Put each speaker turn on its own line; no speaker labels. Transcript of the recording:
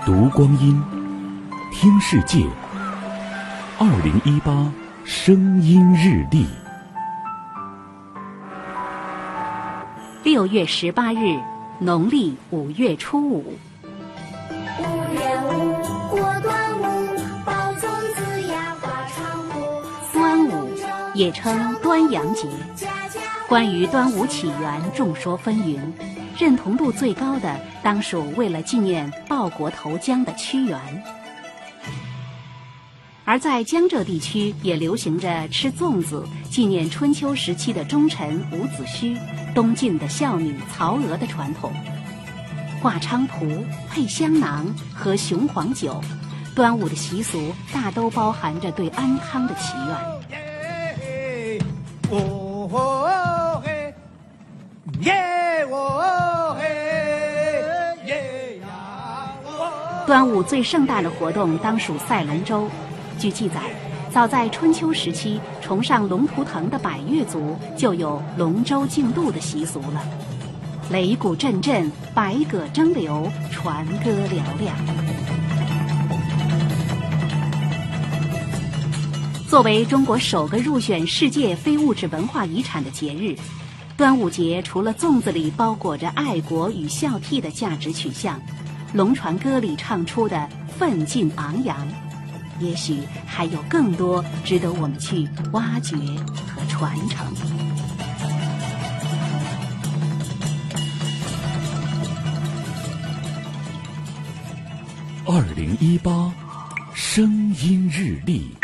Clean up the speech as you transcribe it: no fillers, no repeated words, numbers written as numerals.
读光阴，听世界。2018声音日历。
6月18日，农历5月初5。
5月5过端午，包粽子呀挂窗户。
端午也称端阳节。关于端午起源众说纷纭，认同度最高的当属为了纪念报国投江的屈原。而在江浙地区也流行着吃粽子纪念春秋时期的忠臣伍子胥、东晋的孝女曹娥的传统。挂菖蒲、配香囊和雄黄酒，端午的习俗大都包含着对安康的祈愿。端午最盛大的活动当属赛龙舟。据记载，早在春秋时期，崇尚龙图腾的百越族就有龙舟竞渡的习俗了。擂鼓阵阵，百舸争流，船歌嘹亮。作为中国首个入选世界非物质文化遗产的节日，端午节除了粽子里包裹着爱国与孝悌的价值取向，龙船歌里唱出的奋进昂扬，也许还有更多值得我们去挖掘和传承。
2018声音日历。